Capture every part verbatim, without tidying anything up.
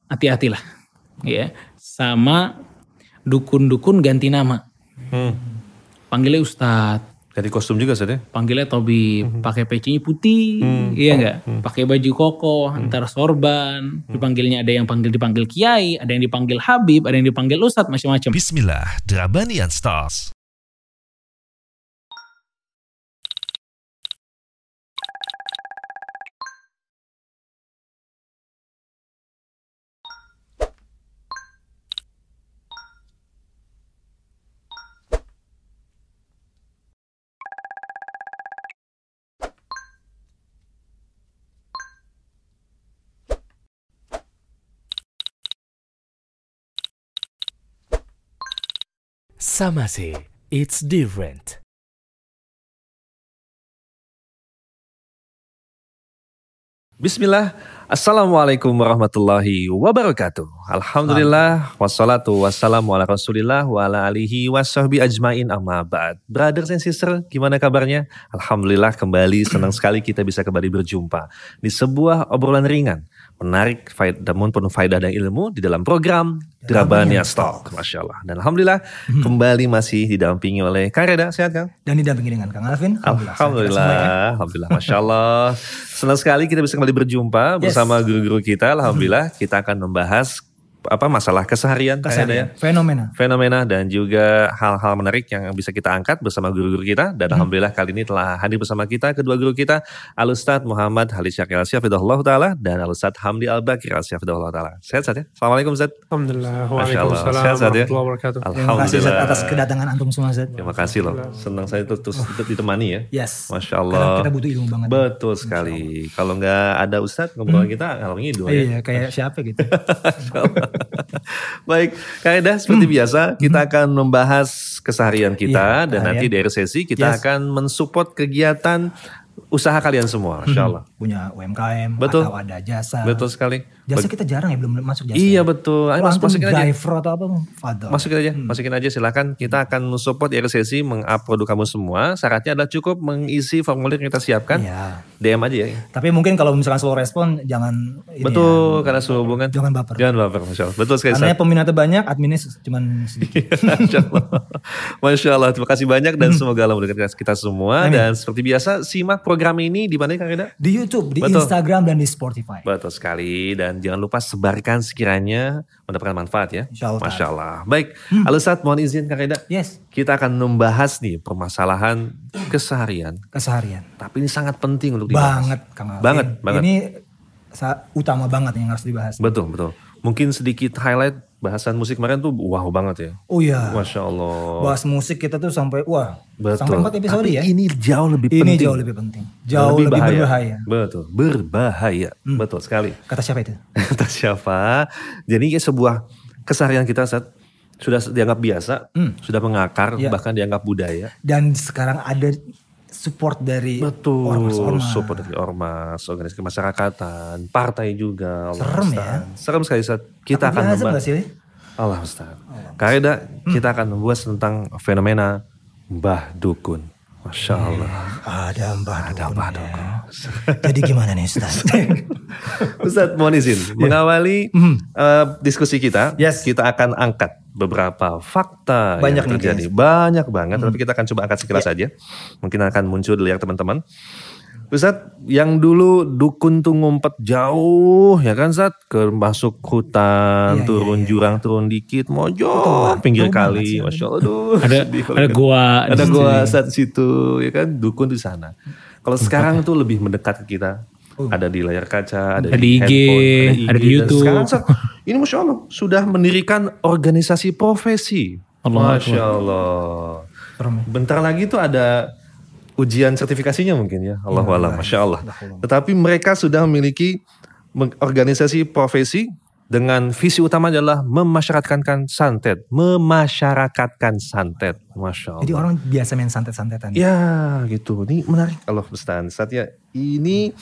hati-hatilah. Ya, sama dukun-dukun ganti nama. Hmm. Panggilnya Ustadz. Ganti kostum juga Ustadz ya? Panggilnya Tobi, hmm. pakai pecinya putih, hmm. iya enggak? Hmm. Pakai baju koko, hmm. antar sorban, hmm. dipanggilnya ada yang panggil dipanggil Kiai, ada yang dipanggil Habib, ada yang dipanggil Ustadz, macam-macam. Bismillah, Drabanian Stars. Sama sih, it's different. Bismillah, Assalamualaikum warahmatullahi wabarakatuh. Alhamdulillah, wassalatu wassalamu ala rasulillah wa ala alihi wasahbi ajmain amma ba'd. Brothers and sisters, gimana kabarnya? Alhamdulillah kembali, senang sekali kita bisa kembali berjumpa di sebuah obrolan ringan, menarik, namun penuh faedah dan ilmu di dalam program Drabanian Talk. Masya Allah. Dan Alhamdulillah hmm. kembali masih didampingi oleh Kang Reda, sehat Kang? Dan didampingi dengan Kang Alvin. Alhamdulillah. Alhamdulillah, Alhamdulillah. Masya Allah. Senang sekali kita bisa kembali berjumpa yes. bersama guru-guru kita. Alhamdulillah kita akan membahas apa masalah keseharian, keseharian. Ya? fenomena fenomena dan juga hal-hal menarik yang bisa kita angkat bersama guru-guru kita. Dan hmm. Alhamdulillah kali ini telah hadir bersama kita kedua guru kita, Al-Ustadz Muhammad Halis Syakir Al-Syafidahullah Ta'ala dan Al-Ustadz Hamdi Al-Bakir Al-Syafidahullah Ta'ala. Sehat Ustadz ya? Assalamualaikum Ustadz. Alhamdulillah. Waalaikumsalam warahmatullahi wabarakatuh. Terima kasih Ustadz atas kedatangan antum semua Ustadz. Terima kasih loh. Senang saya terus oh. ditemani ya. Yes. Masya Allah. Karena kita butuh ilmu banget. Betul sekali. Kalau nggak ada Ustadz ngobrol hmm. kita ngalor ngidul ya. Iya kayak siapa gitu. Baik, Kak Eda, seperti hmm. biasa kita hmm. akan membahas keseharian kita iya, dan nanti di akhir sesi kita yes. akan mensupport kegiatan usaha kalian semua, Masya Allah. Hmm. Punya U M K M betul. Atau ada jasa. Betul sekali. Jasa kita jarang ya, belum masuk jasa. Iya betul. Ayo mas, masukin aja. Driver atau apa? Fadol. Masukin aja, hmm. masukin aja silakan. Kita akan mensupport di akhir sesi meng-up produk kamu semua. Syaratnya adalah cukup mengisi formulir yang kita siapkan. Iya. D M aja ya. Tapi mungkin kalau misalkan slow respon jangan. Betul, ya, karena slow hubungan. Jangan baper. Jangan baper, Masya Allah. Betul sekali. Karena peminatnya banyak, adminnya cuma sedikit. Masya Allah. Masya Allah. Terima kasih banyak dan semoga Allah memberkati kita semua. Amin. Dan seperti biasa simak program ini di mana Kang Eda? Di YouTube, di betul. Instagram dan di Spotify. Betul sekali. Dan jangan lupa sebarkan sekiranya mendapatkan manfaat ya. Insya Allah. Masya Allah. Baik, hmm. Al-Ustadz mohon izin Kang Eda. Yes. Kita akan membahas nih permasalahan keseharian. Keseharian. Tapi ini sangat penting untuk dibahas. Banget Kang Alvin. Banget, banget. Ini utama banget yang harus dibahas. Betul, betul. Mungkin sedikit highlight bahasan musik kemarin tuh wow banget ya. Oh iya. Masya Allah. Bahas musik kita tuh sampai wah. Betul. Sampai empat episode tapi ya. ini jauh lebih ini penting. Ini jauh lebih penting. Jauh lebih, lebih berbahaya. Betul. Berbahaya. Hmm. Betul sekali. Kata siapa itu? Kata siapa? Jadi sebuah keseharian kita saat sudah dianggap biasa, hmm. sudah mengakar, ya. Bahkan dianggap budaya. Dan sekarang ada support dari betul, ormas-ormas. Support dari ormas, organisasi kemasyarakatan, partai juga. Serem ya. Serem sekali Ustaz. Kita Apa akan membahas. Allah Ustaz. Kaidah hmm. kita akan membahas tentang fenomena Mbah Dukun. Masya Allah. Hmm, ada Mbah Dukun. Ada Mbah Dukun. Ya. Jadi gimana nih Ustaz? Ustaz mohon izin. Yeah. Mengawali hmm. uh, diskusi kita, yes. kita akan angkat beberapa fakta banyak yang terjadi. Nih, banyak banget, hmm. tapi kita akan coba angkat sekilas yeah. saja. Mungkin akan muncul di layar teman-teman. Ustaz, yang dulu dukun tuh ngumpet jauh, ya kan Ustaz? Ke masuk hutan, yeah, turun yeah, yeah. jurang, turun dikit, mojok, pinggir oh, kali. Masya Allah, aduh. Ada, ada gua. Ada gua Ustaz situ, ya kan? Dukun di sana. Kalau sekarang tuh lebih mendekat ke kita. Ada di layar kaca, ada, ada di, di I G, handphone, ada di di YouTube. Sekarang ini Masya Allah sudah mendirikan organisasi profesi. Allah Masya Allah. Bentar lagi tuh ada ujian sertifikasinya mungkin ya. Allahualam, Masya Allah. Tetapi mereka sudah memiliki organisasi profesi dengan visi utama adalah memasyarakatkan santet. Memasyarakatkan santet. Masya Allah. Jadi orang biasa main santet-santetan. Ya gitu. Ini menarik. Allah Ustaz. Ustaz ya. Ini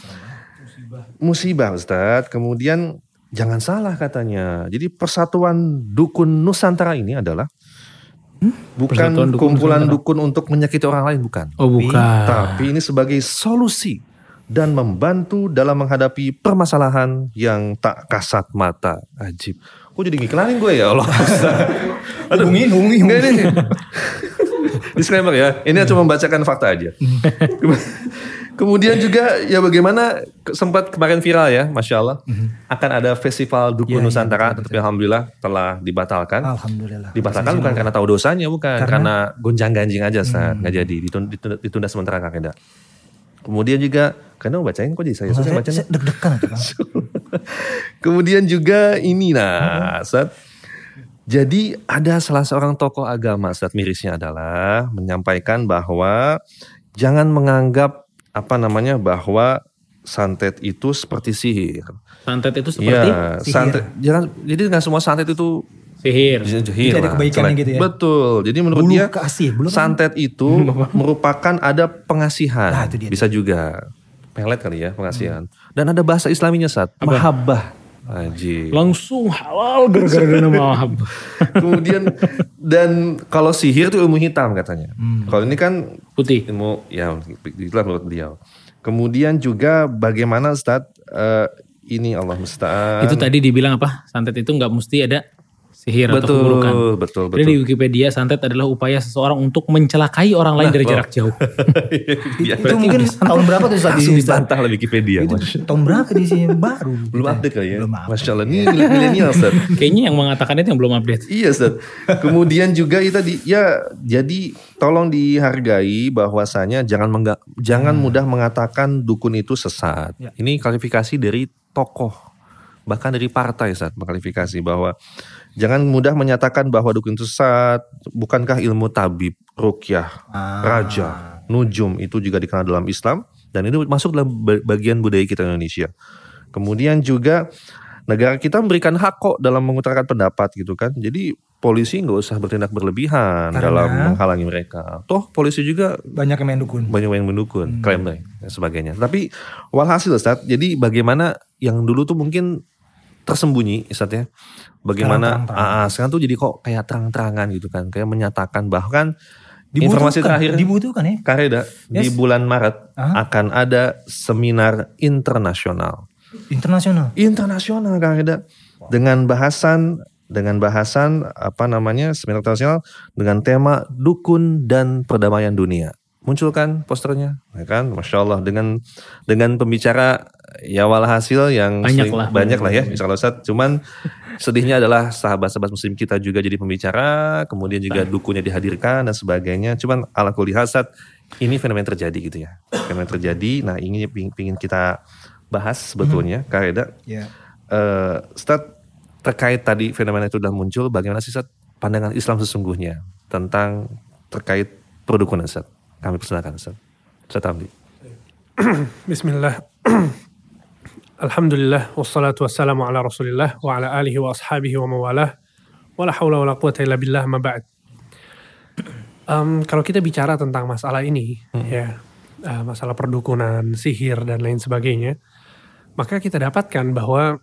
musibah Ustaz. Kemudian jangan salah katanya. Jadi persatuan dukun Nusantara ini adalah Hmm? bukan dukun kumpulan Nusantara. Dukun untuk menyakiti orang lain, bukan. Oh bukan. Tapi ini sebagai solusi dan membantu dalam menghadapi permasalahan yang tak kasat mata. Ajib. Kok jadi ngiklanin gue ya Allah. Aduh, hubungi, hubungi, enggak ini. Disclaimer ya, ini cuma membacakan fakta aja. Kemudian juga ya bagaimana sempat kemarin viral ya, Masya Allah. Akan ada festival Dukun ya, Nusantara, ya, tapi Alhamdulillah telah dibatalkan. Alhamdulillah. Dibatalkan bukan karena tahu dosanya, bukan. Karena, karena gonjang ganjing aja, hmm. nggak jadi. Ditunda, ditunda, ditunda sementara Kak Eda. Kemudian juga, karena bacain kok jadi saya. Oh, saya, saya, bacain. saya deg-degan aja Bang. Kemudian juga ini nah, Ustaz. Jadi ada salah seorang tokoh agama, Ustaz, mirisnya adalah menyampaikan bahwa jangan menganggap apa namanya bahwa santet itu seperti sihir. Santet itu seperti ya, sihir. Santet, jangan, jadi nggak semua santet itu sihir. Sihir ada kebaikannya gitu ya. Betul. Jadi menurut bulu dia kasih, bulu santet kan? Itu merupakan ada pengasihan. Nah, itu dia. Bisa juga pelet kali ya pengasihan. Hmm. Dan ada bahasa Islaminya Sat, mahabbah. Aji. Langsung halal gara-gara nama mahabbah. Kemudian dan kalau sihir itu ilmu hitam katanya. Hmm. Kalau ini kan putih. Ilmu ya itulah menurut beliau. Kemudian juga bagaimana Ustaz uh, ini Allah musta'an. Itu tadi dibilang apa? Santet itu nggak mesti ada sihir betul, atau keburukan. Betul, betul. Jadi di Wikipedia santet adalah upaya seseorang untuk mencelakai orang lain nah, dari wow. jarak jauh. ya, itu mungkin tahun berapa tuh saat langsung dibantah lah Wikipedia. Itu tahun berapa di sini baru. Belum update kali ya. Belum Masya Allah ini milenial Ustaz. Kayaknya yang mengatakan itu yang belum update. Iya Ustaz. Kemudian juga itu tadi ya jadi tolong dihargai bahwasanya jangan mengga, jangan hmm. mudah mengatakan dukun itu sesat. Ya. Ini klarifikasi dari tokoh bahkan dari partai Ustaz mengklarifikasi bahwa jangan mudah menyatakan bahwa dukun itu sesat. Bukankah ilmu tabib, ruqyah, ah. raja, nujum itu juga dikenal dalam Islam dan itu masuk dalam bagian budaya kita Indonesia. Kemudian juga negara kita memberikan hak kok dalam mengutarakan pendapat gitu kan. Jadi polisi nggak usah bertindak berlebihan karena dalam menghalangi mereka. Toh polisi juga banyak yang main dukun, banyak yang mendukun, hmm. klaim dan sebagainya. Tapi walhasil Ustaz, jadi bagaimana yang dulu tuh mungkin tersembunyi Ustaz ya. Bagaimana ah, sekarang tuh jadi kok kayak terang-terangan gitu kan. Kayak menyatakan bahkan dibutuhkan, informasi terakhir dibutuhkan ya. Kareda yes. Di bulan Maret Aha. akan ada seminar internasional. Internasional. Internasional Kareda dengan bahasan dengan bahasan apa namanya seminar internasional dengan tema dukun dan perdamaian dunia. Muncul kan posternya, ya kan, Masya Allah dengan dengan pembicara ya walhasil yang banyak lah, banyak lah ya, Insya Allah Ustaz. Cuman sedihnya adalah sahabat-sahabat muslim kita juga jadi pembicara, kemudian juga dukunnya dihadirkan dan sebagainya. Cuman ala kulli hal Ustaz, ini fenomena terjadi gitu ya, fenomena terjadi. Nah ini ingin kita bahas sebetulnya, hmm. Kak Reda. Yeah. Uh, Ustaz terkait tadi fenomena itu sudah muncul, bagaimana sih Ustaz pandangan Islam sesungguhnya tentang terkait perdukunan Ustaz? Kami persilakan Ustaz. Ustaz Hamdi. Bismillah. Alhamdulillah wassalatu wassalamu ala Rasulillah wa ala alihi wa ashabihi wa mawalah. Wala haula wala quwata illa billah ma ba'd. Um, kalau kita bicara tentang masalah ini hmm. ya, uh, masalah perdukunan, sihir dan lain sebagainya, maka kita dapatkan bahwa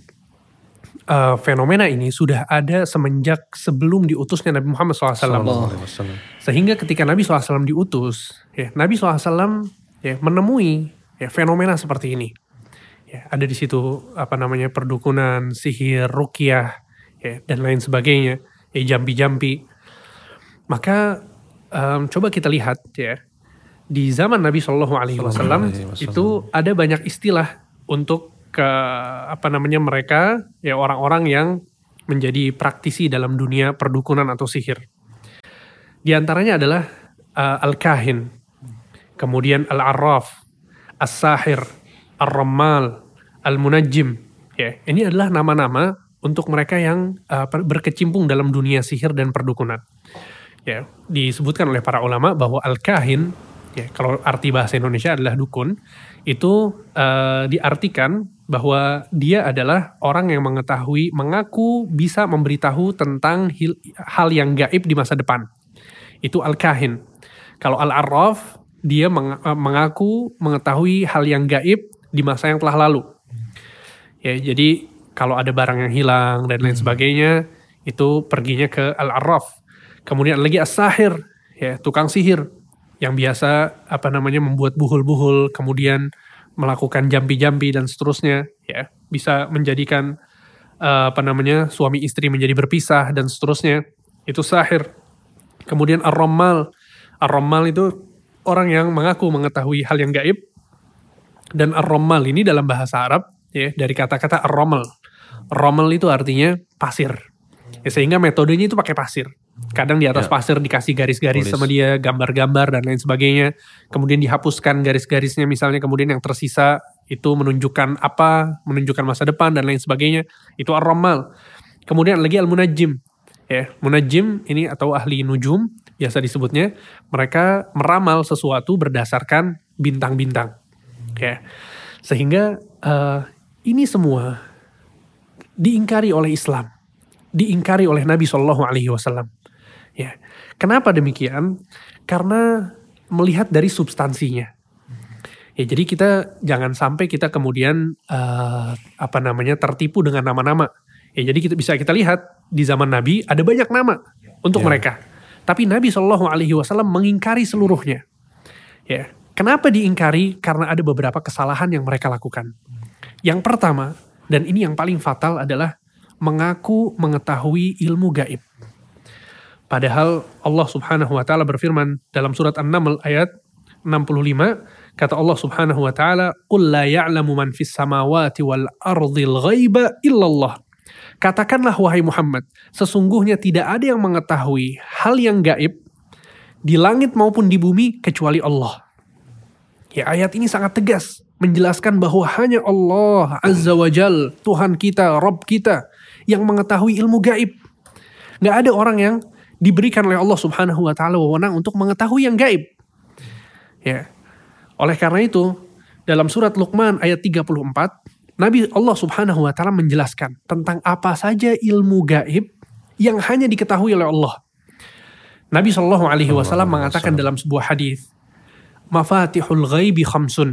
Uh, fenomena ini sudah ada semenjak sebelum diutusnya Nabi Muhammad shallallahu alaihi wasallam. Sehingga ketika Nabi shallallahu alaihi wasallam diutus, ya, Nabi shallallahu alaihi wasallam ya, menemui ya, fenomena seperti ini. Ya, ada di situ apa namanya perdukunan, sihir, ruqyah, ya, dan lain sebagainya, ya, jampi-jampi. Maka um, coba kita lihat ya, di zaman Nabi shallallahu alaihi wasallam itu ada banyak istilah untuk ke apa namanya mereka ya orang-orang yang menjadi praktisi dalam dunia perdukunan atau sihir. Di antaranya adalah uh, al-kahin, kemudian al-arraf, as-sahir, ar-rammal, al-munajjim. Ya, ini adalah nama-nama untuk mereka yang uh, berkecimpung dalam dunia sihir dan perdukunan. Ya, disebutkan oleh para ulama bahwa al-kahin, ya, kalau arti bahasa Indonesia adalah dukun, itu uh, diartikan bahwa dia adalah orang yang mengetahui, mengaku bisa memberitahu tentang hil, hal yang gaib di masa depan. Itu al-kahin. Kalau al-arraf, dia meng, uh, mengaku mengetahui hal yang gaib di masa yang telah lalu. Ya, jadi kalau ada barang yang hilang dan lain sebagainya, itu perginya ke al-arraf. Kemudian lagi as-sahir, ya, tukang sihir yang biasa apa namanya membuat buhul-buhul, kemudian melakukan jampi-jampi dan seterusnya, ya, bisa menjadikan uh, apa namanya suami istri menjadi berpisah dan seterusnya, itu sahir. Kemudian ar-rammal, ar-rammal itu orang yang mengaku mengetahui hal yang gaib, dan ar-rammal ini dalam bahasa Arab, ya, dari kata-kata ar-ramal. Ramal itu artinya pasir, ya, sehingga metodenya itu pakai pasir. Kadang di atas ya. pasir dikasih garis-garis Tulis. sama dia, gambar-gambar dan lain sebagainya. Kemudian dihapuskan garis-garisnya misalnya, kemudian yang tersisa itu menunjukkan apa, menunjukkan masa depan dan lain sebagainya. Itu ar-ramal. Kemudian lagi al-munajjim. Ya, munajjim ini atau ahli nujum biasa disebutnya, mereka meramal sesuatu berdasarkan bintang-bintang. Ya. Sehingga uh, ini semua diingkari oleh Islam, diingkari oleh Nabi Shallallahu Alaihi Wasallam. Ya, kenapa demikian? Karena melihat dari substansinya. Ya, jadi kita jangan sampai kita kemudian uh, apa namanya tertipu dengan nama-nama. Ya, jadi kita bisa kita lihat di zaman Nabi ada banyak nama untuk ya. mereka, tapi Nabi Shallallahu Alaihi Wasallam mengingkari seluruhnya. Ya, kenapa diingkari? Karena ada beberapa kesalahan yang mereka lakukan. Yang pertama, dan ini yang paling fatal adalah mengaku mengetahui ilmu gaib. Padahal Allah Subhanahu wa taala berfirman dalam surat An-Naml ayat enam puluh lima, kata Allah Subhanahu wa taala, "Qul la ya'lamu man fis samawati wal ardhil ghaiba illallah." Katakanlah wahai Muhammad, sesungguhnya tidak ada yang mengetahui hal yang gaib di langit maupun di bumi kecuali Allah. Ya, ayat ini sangat tegas menjelaskan bahwa hanya Allah Azza wa Jal, Tuhan kita, Rabb kita, yang mengetahui ilmu gaib. Gak ada orang yang diberikan oleh Allah Subhanahu wa taala wewenang untuk mengetahui yang gaib. Ya. Oleh karena itu, dalam surat Luqman ayat tiga puluh empat, Nabi Allah Subhanahu wa taala menjelaskan tentang apa saja ilmu gaib yang hanya diketahui oleh Allah. Nabi Shallallahu alaihi wasallam mengatakan dalam sebuah hadis, "Mafatihul ghaibi khamsun."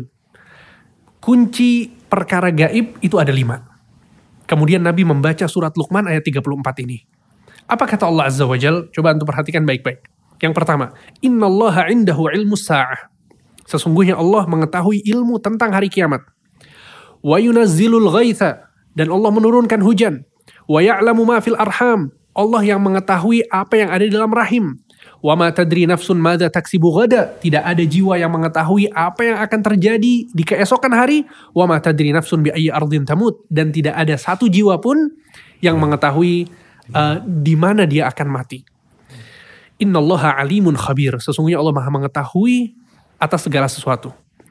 Kunci perkara gaib itu ada lima. Kemudian Nabi membaca surat Luqman ayat tiga puluh empat ini. Apa kata Allah Azza wa Jal? Coba untuk perhatikan baik-baik. Yang pertama, innallaha indahu ilmus sa'ah. Sesungguhnya Allah mengetahui ilmu tentang hari kiamat. Wa yunazzilul ghaitha, dan Allah menurunkan hujan. Wa ya'lamu ma fil arham, Allah yang mengetahui apa yang ada di dalam rahim. Wa ma tadri nafsun madza taksibu ghada, tidak ada jiwa yang mengetahui apa yang akan terjadi di keesokan hari. Wa ma tadri nafsun bi ayyi ardin tamut, dan tidak ada satu jiwa pun yang mengetahui uh, di mana dia akan mati. Innallaha alimun khabir, sesungguhnya Allah Maha mengetahui atas segala sesuatu.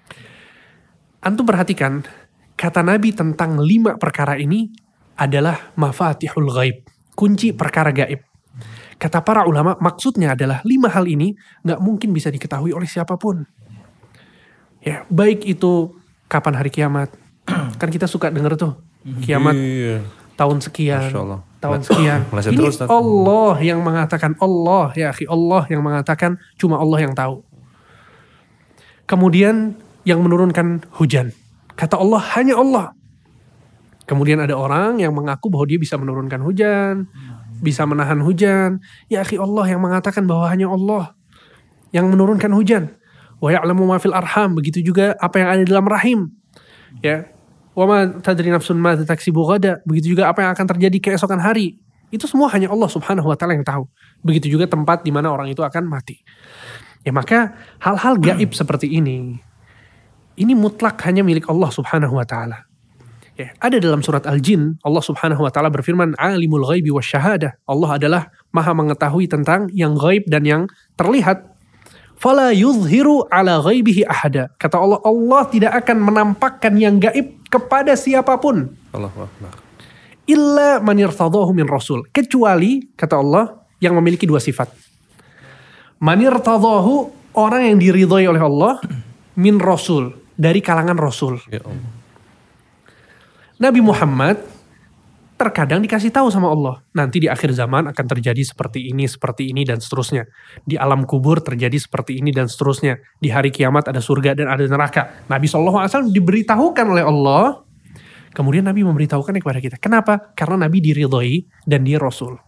Antum perhatikan, kata Nabi tentang lima perkara ini adalah mafatihul ghaib, kunci perkara gaib. Kata para ulama, maksudnya adalah lima hal ini gak mungkin bisa diketahui oleh siapapun. Ya, baik itu kapan hari kiamat. Kan kita suka dengar tuh, kiamat iya. tahun sekian, tahun sekian. Ini terus, Allah yang mengatakan, Allah ya akhi, Allah yang mengatakan, cuma Allah yang tahu. Kemudian yang menurunkan hujan. Kata Allah, hanya Allah. Kemudian ada orang yang mengaku bahwa dia bisa menurunkan hujan, bisa menahan hujan. Ya akhi, Allah yang mengatakan bahwa hanya Allah yang menurunkan hujan. Wa ya'lamu ma fil arham, begitu juga apa yang ada di dalam rahim. Ya. Wa ma tadri nafsun ma taksibu ghada, begitu juga apa yang akan terjadi keesokan hari. Itu semua hanya Allah Subhanahu wa taala yang tahu. Begitu juga tempat di mana orang itu akan mati. Ya, maka hal-hal gaib seperti ini, ini mutlak hanya milik Allah Subhanahu wa taala. Ya, ada dalam surat Al-Jin, Allah Subhanahu wa taala berfirman, "Alimul ghaibi wasyahadah." Allah adalah Maha mengetahui tentang yang gaib dan yang terlihat. "Fala yuzhiru ala ghaibihi ahada." Kata Allah, Allah tidak akan menampakkan yang gaib kepada siapapun. Allahu Akbar. Illa man irtadahu min rasul. Kecuali, kata Allah, yang memiliki dua sifat. Man irtadahu, orang yang diridhoi oleh Allah, min rasul, dari kalangan rasul. Ya Allah. Nabi Muhammad terkadang dikasih tahu sama Allah, nanti di akhir zaman akan terjadi seperti ini, seperti ini, dan seterusnya. Di alam kubur terjadi seperti ini, dan seterusnya. Di hari kiamat ada surga dan ada neraka. Nabi shallallahu alaihi wasallam diberitahukan oleh Allah, kemudian Nabi memberitahukan kepada kita. Kenapa? Karena Nabi diridhoi dan dia Rasul.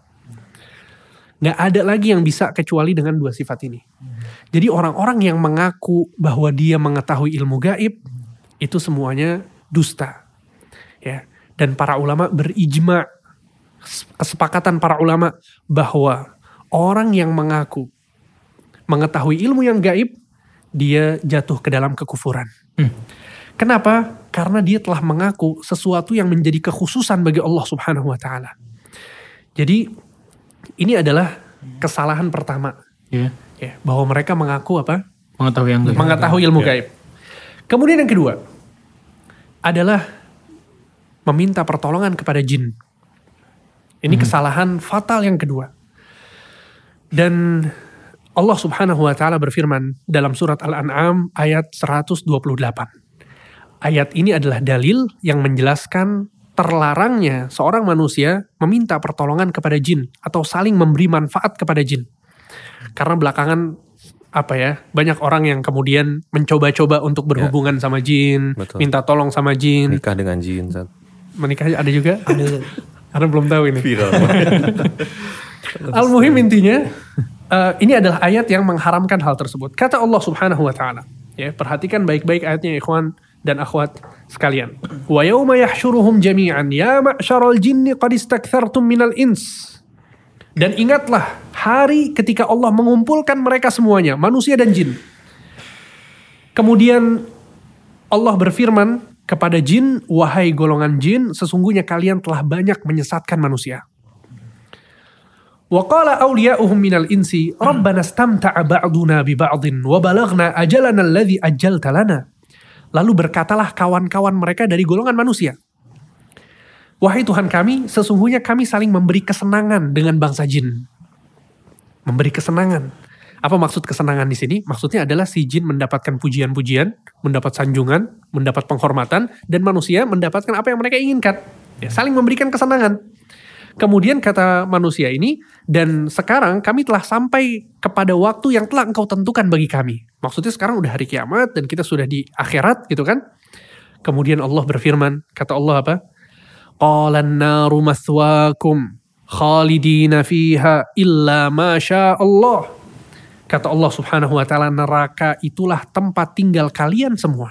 Gak ada lagi yang bisa kecuali dengan dua sifat ini. Jadi orang-orang yang mengaku bahwa dia mengetahui ilmu gaib, itu semuanya dusta. Ya. Dan para ulama berijma, kesepakatan para ulama bahwa orang yang mengaku mengetahui ilmu yang gaib, dia jatuh ke dalam kekufuran. Hmm. Kenapa? Karena dia telah mengaku sesuatu yang menjadi kekhususan bagi Allah Subhanahu wa taala. Jadi ini adalah kesalahan pertama. Yeah. Ya, bahwa mereka mengaku apa? Mengetahui yang gaib. Mengetahui ilmu gaib. Kemudian yang kedua adalah meminta pertolongan kepada jin. Ini hmm. kesalahan fatal yang kedua. Dan Allah Subhanahu wa taala berfirman dalam surat Al-An'am ayat seratus dua puluh delapan. Ayat ini adalah dalil yang menjelaskan terlarangnya seorang manusia meminta pertolongan kepada jin atau saling memberi manfaat kepada jin. Karena belakangan apa ya, banyak orang yang kemudian mencoba-coba untuk berhubungan ya. sama jin, betul. Minta tolong sama jin. Menikah dengan jin. Zat. Menikah ada juga? Ada. Karena belum tahu ini. Viral. Al-muhim intinya, uh, ini adalah ayat yang mengharamkan hal tersebut. Kata Allah Subhanahu wa taala, ya, perhatikan baik-baik ayatnya ikhwan dan akhwat sekalian. Wa yauma yahsyuruhum jami'an ya ma'syaral jinni qad istaktsartum minal ins. Dan ingatlah hari ketika Allah mengumpulkan mereka semuanya, manusia dan jin. Kemudian Allah berfirman kepada jin, wahai golongan jin, sesungguhnya kalian telah banyak menyesatkan manusia. Wa qala awliya'uhum minal insi, rabbana istamta'a ba'duna bi ba'din wa balaghna ajalana alladhi ajjalta lana. Lalu berkatalah kawan-kawan mereka dari golongan manusia, wahai Tuhan kami, sesungguhnya kami saling memberi kesenangan dengan bangsa jin. Memberi kesenangan. Apa maksud kesenangan di sini? Maksudnya adalah si jin mendapatkan pujian-pujian, mendapat sanjungan, mendapat penghormatan, dan manusia mendapatkan apa yang mereka inginkan. Ya, saling memberikan kesenangan. Kemudian kata manusia ini, dan sekarang kami telah sampai kepada waktu yang telah engkau tentukan bagi kami. Maksudnya sekarang udah hari kiamat dan kita sudah di akhirat gitu kan. Kemudian Allah berfirman, kata Allah apa? Qalan naru mathwakum khalidina fiha illa ma sya Allah. Kata Allah Subhanahu wa taala, neraka itulah tempat tinggal kalian semua.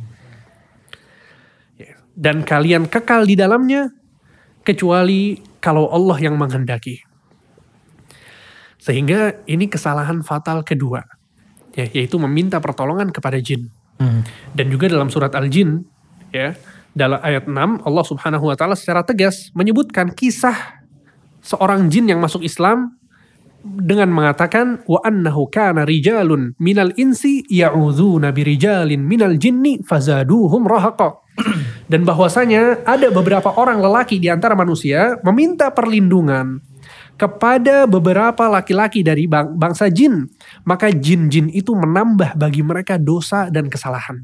Dan kalian kekal di dalamnya kecuali kalau Allah yang menghendaki. Sehingga ini kesalahan fatal kedua, ya, yaitu meminta pertolongan kepada jin. Hmm. Dan juga dalam surat Al-Jin, ya, dalam ayat enam Allah Subhanahu wa taala secara tegas menyebutkan kisah seorang jin yang masuk Islam dengan mengatakan wa annahu kana rijalun minal insi ya'udzuna birijalin minal jinni fazaduhum rahaqa. Dan bahwasanya ada beberapa orang lelaki di antara manusia meminta perlindungan kepada beberapa laki-laki dari bang- bangsa jin, maka jin-jin itu menambah bagi mereka dosa dan kesalahan.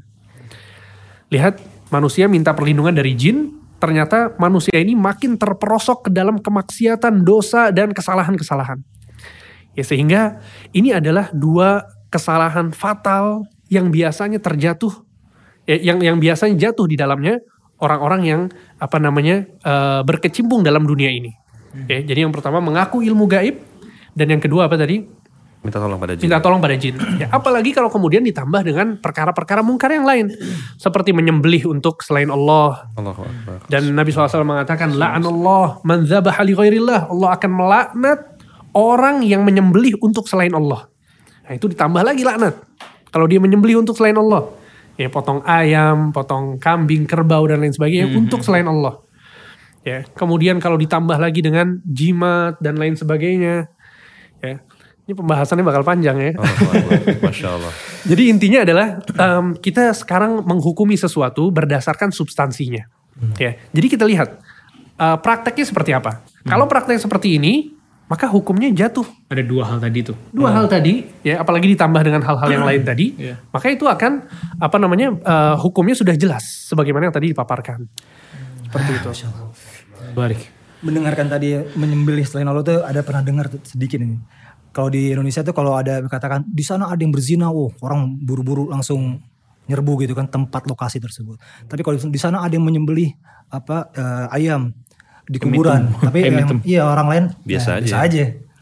Lihat, manusia minta perlindungan dari jin, ternyata manusia ini makin terperosok ke dalam kemaksiatan, dosa, dan kesalahan-kesalahan. Ya, sehingga ini adalah dua kesalahan fatal yang biasanya terjatuh, ya, yang yang biasanya jatuh di dalamnya orang-orang yang apa namanya uh, berkecimpung dalam dunia ini. Hmm. Ya, jadi yang pertama mengaku ilmu gaib, dan yang kedua apa tadi? Minta tolong pada jin. Minta tolong pada jin. Ya, apalagi kalau kemudian ditambah dengan perkara-perkara mungkar yang lain, seperti menyembelih untuk selain Allah. Allahu Akbar. Dan Nabi shallallahu alaihi wasallam mengatakan, la'anallah man dzabaha li ghairillah. Allah akan melaknat orang yang menyembelih untuk selain Allah. Nah, itu ditambah lagi laknat. Kalau dia menyembelih untuk selain Allah, ya potong ayam, potong kambing, kerbau dan lain sebagainya mm-hmm. untuk selain Allah. Ya, kemudian kalau ditambah lagi dengan jimat dan lain sebagainya, ya, ini pembahasannya bakal panjang ya. Oh, Masya Allah. Jadi intinya adalah um, kita sekarang menghukumi sesuatu berdasarkan substansinya. Hmm. Ya, jadi kita lihat uh, prakteknya seperti apa. Hmm. Kalau praktek seperti ini, maka hukumnya jatuh. Ada dua hal tadi tuh. Dua hmm. hal tadi, ya, apalagi ditambah dengan hal-hal yang lain tadi, yeah. maka itu akan apa namanya uh, hukumnya sudah jelas, sebagaimana yang tadi dipaparkan. Seperti itu. Barik. Mendengarkan tadi menyembelih selain Allah tuh ada pernah dengar sedikit ini. Kalau di Indonesia tuh kalau ada katakan di sana ada yang berzina, oh orang buru-buru langsung nyerbu gitu kan tempat lokasi tersebut. Tapi kalau di sana ada yang menyembelih apa uh, ayam di kuburan, tapi yang, iya orang lain biasa ya, aja. Biasa aja.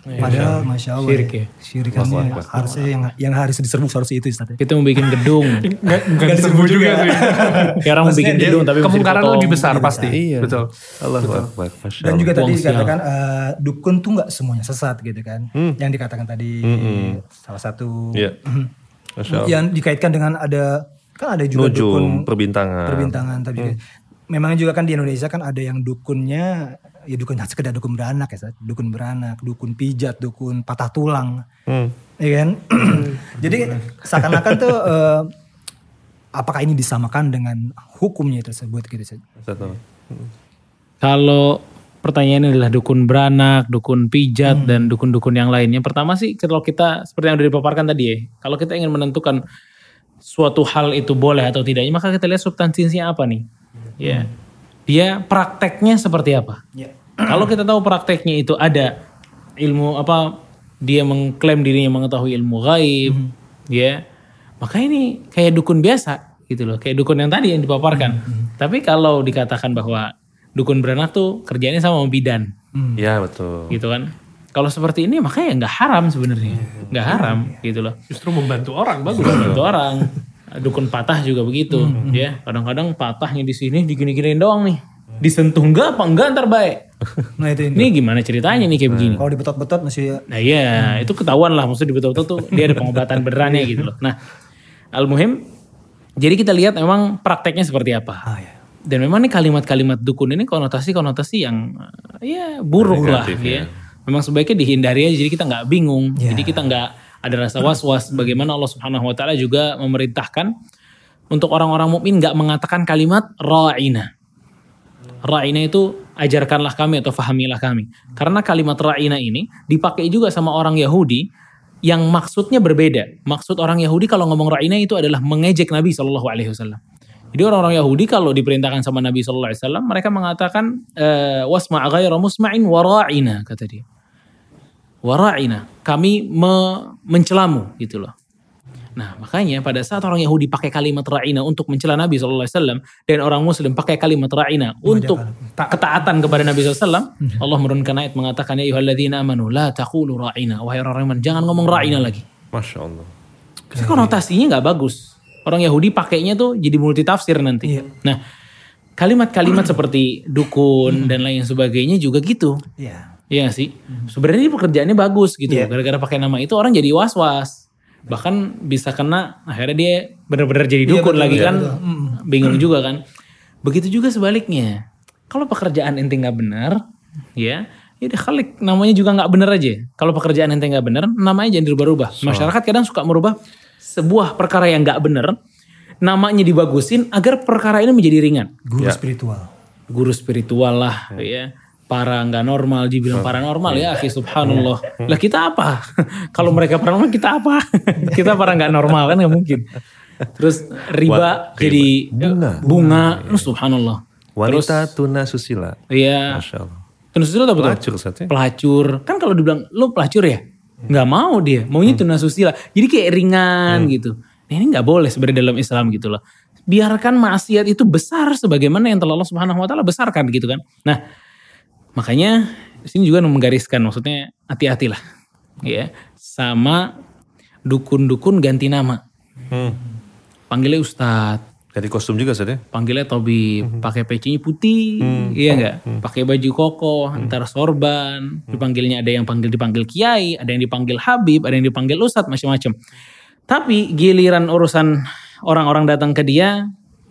Padahal Masya Allah Syirik ya. syirikannya harusnya yang yang harus diserbu harusnya itu Ustaz. Kita mau bikin gedung. Nggak, nggak diserbu juga sih. Kayak orang mau bikin Maksudnya gedung tapi mesti Kemungkaran dipotong. lebih besar pasti. Iya. Betul. Allahu Akbar. Masya Dan Allah. juga tadi Buang sial. dikatakan eh, dukun tuh nggak semuanya sesat gitu kan. Yang dikatakan tadi salah satu Iya. Masya Allah. yang dikaitkan dengan ada kan ada juga Nujum, dukun perbintangan. perbintangan tapi juga- memang juga kan di Indonesia kan ada yang dukunnya ya dukun sekedar dukun beranak ya, Ustaz. Dukun beranak, dukun pijat, dukun patah tulang, Hmm. ya kan? Jadi seakan-akan tuh eh, apakah ini disamakan dengan hukumnya tersebut gitu Ustaz? Satu. Kalau pertanyaannya adalah dukun beranak, dukun pijat, dan dukun-dukun yang lainnya. Pertama sih kalau kita seperti yang udah dipaparkan tadi ya. Kalau kita ingin menentukan suatu hal itu boleh atau tidaknya, maka kita lihat substansinya apa nih. Ya, dia prakteknya seperti apa. Ya. Kalau kita tahu prakteknya itu ada ilmu apa, dia mengklaim dirinya mengetahui ilmu gaib, ya, maka ini kayak dukun biasa gitu loh, kayak dukun yang tadi yang dipaparkan. Tapi kalau dikatakan bahwa dukun beranak tuh kerjanya sama bidan, Ya betul. gitu kan. Kalau seperti ini makanya nggak haram sebenarnya, nggak haram gitu loh. Justru membantu orang bagus. Itu orang. Dukun patah juga begitu, ya. Kadang-kadang patahnya di sini digini-giniin doang nih. Disentuh enggak apa enggak ntar baik. Nah itu Ini gimana ceritanya nih kayak begini? kalau dibetot-betot masih Nah iya, itu ketahuan lah, maksudnya betul-betul tuh dia ada pengobatan benerannya gitu loh. Nah, al-muhim, jadi kita lihat memang prakteknya seperti apa. ah, ya. Dan memang nih kalimat-kalimat dukun ini konotasi-konotasi yang uh, ya buruk lah Negatif, ya. ya. Memang sebaiknya dihindari aja, jadi kita nggak bingung, Ya. jadi kita nggak ada rasa was-was. Bagaimana Allah Subhanahu Wa Taala juga memerintahkan untuk orang-orang mukmin nggak mengatakan kalimat ra'ina. Ra'ina itu ajarkanlah kami atau fahamilah kami. Karena kalimat ra'ina ini dipakai juga sama orang Yahudi yang maksudnya berbeda. Maksud orang Yahudi kalau ngomong ra'ina itu adalah mengejek Nabi shallallahu alaihi wasallam. Jadi orang-orang Yahudi kalau diperintahkan sama Nabi shallallahu alaihi wasallam, mereka mengatakan eh, wasma' ghaira musma'in wa ra'ina, kata dia. Wara'ina, kami me- mencelamu gitu loh. Nah makanya pada saat orang Yahudi pakai kalimat ra'ina untuk mencela Nabi shallallahu alaihi wasallam dan orang Muslim pakai kalimat ra'ina untuk ketaatan kepada Nabi shallallahu alaihi wasallam, Allah menurunkan ayat mengatakan ya ayyuhalladzina amanu la taqulu ra'ina, wahai orang iman jangan ngomong ra'ina lagi. Masya Allah. Karena konotasinya nggak bagus. Orang Yahudi pakainya tuh jadi multi tafsir nanti. Nah kalimat-kalimat seperti dukun dan lain sebagainya juga gitu. Iya. Iya sih. Sebenarnya ini pekerjaannya bagus gitu. Iya. Gara-gara pakai nama itu orang jadi was-was. Bahkan bisa kena akhirnya dia benar-benar jadi Iya, dukun betul, lagi iya, kan. betul. Mm. Bingung juga kan. Begitu juga sebaliknya. Kalau pekerjaan ente nggak benar, ya, ya deh khalik namanya juga nggak benar aja. Kalau pekerjaan ente nggak benar, namanya jangan dirubah-rubah. Masyarakat kadang suka merubah sebuah perkara yang nggak benar, namanya dibagusin agar perkara ini menjadi ringan. Guru Ya. spiritual. Guru spiritual lah, ya. Para nggak normal dibilang paranormal ya, akhi subhanallah. Lah kita apa? Kalau mereka paranormal kita apa? Kita para nggak normal kan nggak mungkin. Terus riba Wah, jadi Bunga. bunga, bunga. Subhanallah. Wanita tuna susila. Iya. Masya Allah. Tunasusila betul? Pelacur saja. Pelacur. Kan kalau dibilang lu pelacur ya, nggak mau dia. Maunya tunasusila. Jadi kayak ringan gitu. Nah, ini nggak boleh sebenarnya dalam Islam gitu loh. Biarkan maksiat itu besar sebagaimana yang telah Allah Subhanahu Wa Taala besarkan gitu kan. Nah. Makanya di sini juga menggariskan, maksudnya hati-hatilah, ya, sama dukun-dukun ganti nama, Hmm. panggilnya Ustadz, Jadi kostum juga saja. panggilnya Tobib, pakai pecinya putih, iya nggak, pakai baju koko, antar sorban, dipanggilnya ada yang panggil dipanggil Kiai, ada yang dipanggil Habib, ada yang dipanggil Ustadz, macam-macam. Tapi giliran urusan orang-orang datang ke dia,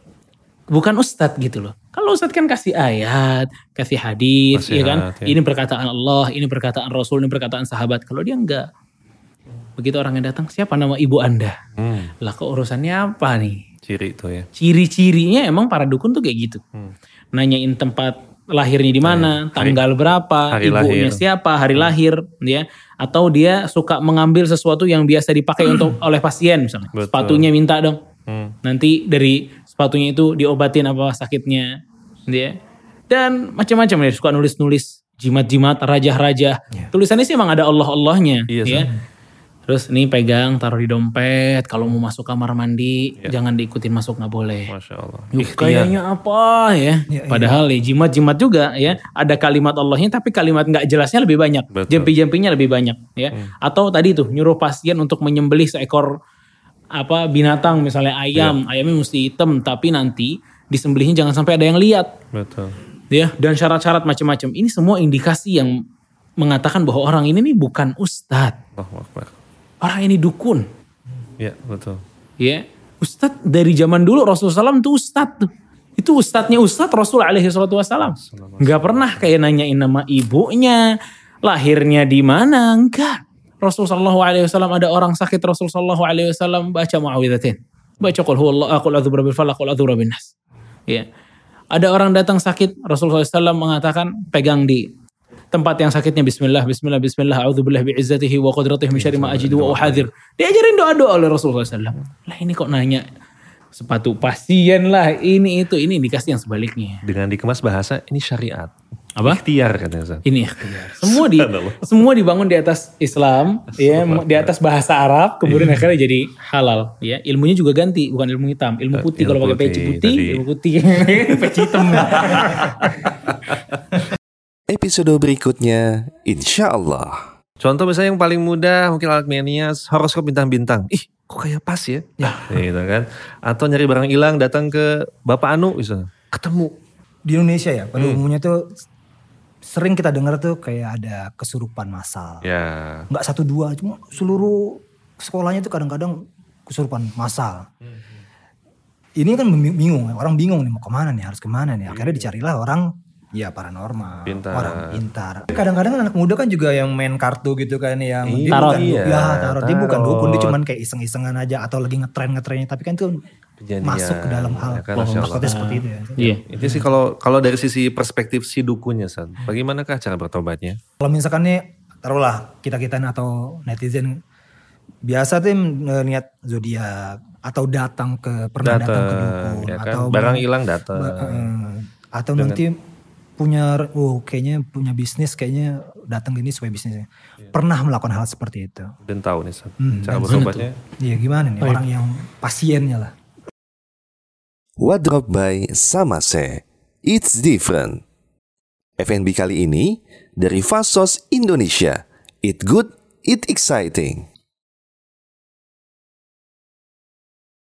bukan Ustadz gitu loh. Kalau Ustadz kan kasih ayat, kasih hadis, ya kan? Nasihat, ya. Ini perkataan Allah, ini perkataan Rasul, ini perkataan sahabat. Kalau dia enggak. Begitu orang yang datang, siapa nama ibu Anda? Hmm. Lah kok urusannya apa nih? Ciri itu ya. Ciri-cirinya emang para dukun tuh kayak gitu. Nanyain tempat lahirnya di mana, Hari- tanggal berapa, hari ibunya lahir. siapa, hari lahir, ya. Atau dia suka mengambil sesuatu yang biasa dipakai untuk oleh pasien misalnya. Betul. Sepatunya minta dong. Hmm. Nanti dari sepatunya itu diobatin apa sakitnya, dia. Dan macam-macam dia suka nulis-nulis jimat-jimat, rajah-rajah. Tulisannya sih emang ada Allah-Allahnya, Iya, ya. Terus ini pegang, taruh di dompet. Kalau mau masuk kamar mandi, Ya. jangan diikutin masuk, nggak boleh. Masya Allah. Yuk, Ikhtiar. kayaknya apa ya? Ya, Padahal ya jimat-jimat juga ya. Ada kalimat Allahnya, tapi kalimat nggak jelasnya lebih banyak. Betul. Jampi-jampinya lebih banyak ya. Atau tadi tuh nyuruh pasien untuk menyembelih seekor apa binatang, misalnya ayam. Ayamnya mesti hitam, tapi nanti disembelihnya jangan sampai ada yang lihat. Betul. Ya, dan syarat-syarat macam-macam. Ini semua indikasi yang mengatakan bahwa orang ini nih bukan ustadz. Allahu Akbar. Orang ini dukun. Ya, betul. Ya, ustadz dari zaman dulu Rasulullah shallallahu alaihi wasallam tuh ustadz tuh. Itu ustadznya ustadz Rasul alaihi salatu wassalam. Nggak pernah kayak nanyain nama ibunya, lahirnya di mana, enggak. Rasul sallallahu alaihi wasallam ada orang sakit, Rasul sallallahu alaihi wasallam baca muawwidzatain. Baca qul huwallahu qul a'udzu birabbil falaq qul a'udzu birabbin nas. Ya. Ada orang datang sakit, Rasulullah sallallahu alaihi wasallam mengatakan pegang di tempat yang sakitnya bismillah, bismillah, bismillah, a'udzubillahi bi'izzatihi wa qudratihi min syarri ma ajidu wa uhadzir. Diajarin doa-doa oleh Rasulullah sallallahu alaihi wasallam. Lah ini kok nanya sepatu pasien lah, ini itu, ini indikasi yang sebaliknya. Dengan dikemas bahasa, ini syariat. Apa? Ikhtiar katanya Ustaz. Ini ikhtiar. Semua di semua dibangun di atas Islam, ya, di atas bahasa Arab, kemudian akhirnya jadi halal, ya. Ilmunya juga ganti, bukan ilmu hitam, ilmu putih. Ilmu Kalau pakai peci putih putih, tadi. ilmu putih, peci hitam. Episode berikutnya, insya Allah. Contoh misalnya yang paling mudah, mungkin Alkmenias, horoskop bintang-bintang. Ih, kok kayak pas ya? Ya. Gitu kan. Atau nyari barang hilang, datang ke Bapak Anu, misalnya. Ketemu. Di Indonesia ya, pada umumnya tuh sering kita dengar tuh kayak ada kesurupan massal. Ya. Nggak satu dua, cuma seluruh sekolahnya tuh kadang-kadang kesurupan massal. Ini kan bingung, orang bingung nih mau kemana nih, harus kemana nih. Akhirnya dicarilah orang ya paranormal, Pintar. orang pintar. Kadang-kadang anak muda kan juga yang main kartu gitu kan, yang Iya, dia bukan, iya, ya tarot, dia bukan tarot. dukun, dia cuman kayak iseng-isengan aja atau lagi ngetren ngetrennya, tapi kan itu Kejadian, masuk ke dalam hal ya kan, Masya Allah. maksudnya seperti itu ya. Iya. Itu sih kalau kalau dari sisi perspektif si dukunnya, San. Bagaimanakah cara bertobatnya? Kalau misalkan nih, taruhlah kita-kita atau netizen biasa tuh niat zodiak atau datang ke pernah datang, ke dukun ya kan? atau Barang hilang datang. ba- eh, atau nanti punya oh kayaknya punya bisnis, kayaknya datang gini supaya bisnisnya. Pernah melakukan hal seperti itu. Dan tahu nih, San. Hmm, Cara dan bertobatnya. Iya gimana nih orang yang pasiennya lah. Wardrobe by Samase. It's different. F and B kali ini dari Fasos Indonesia. It good, it exciting.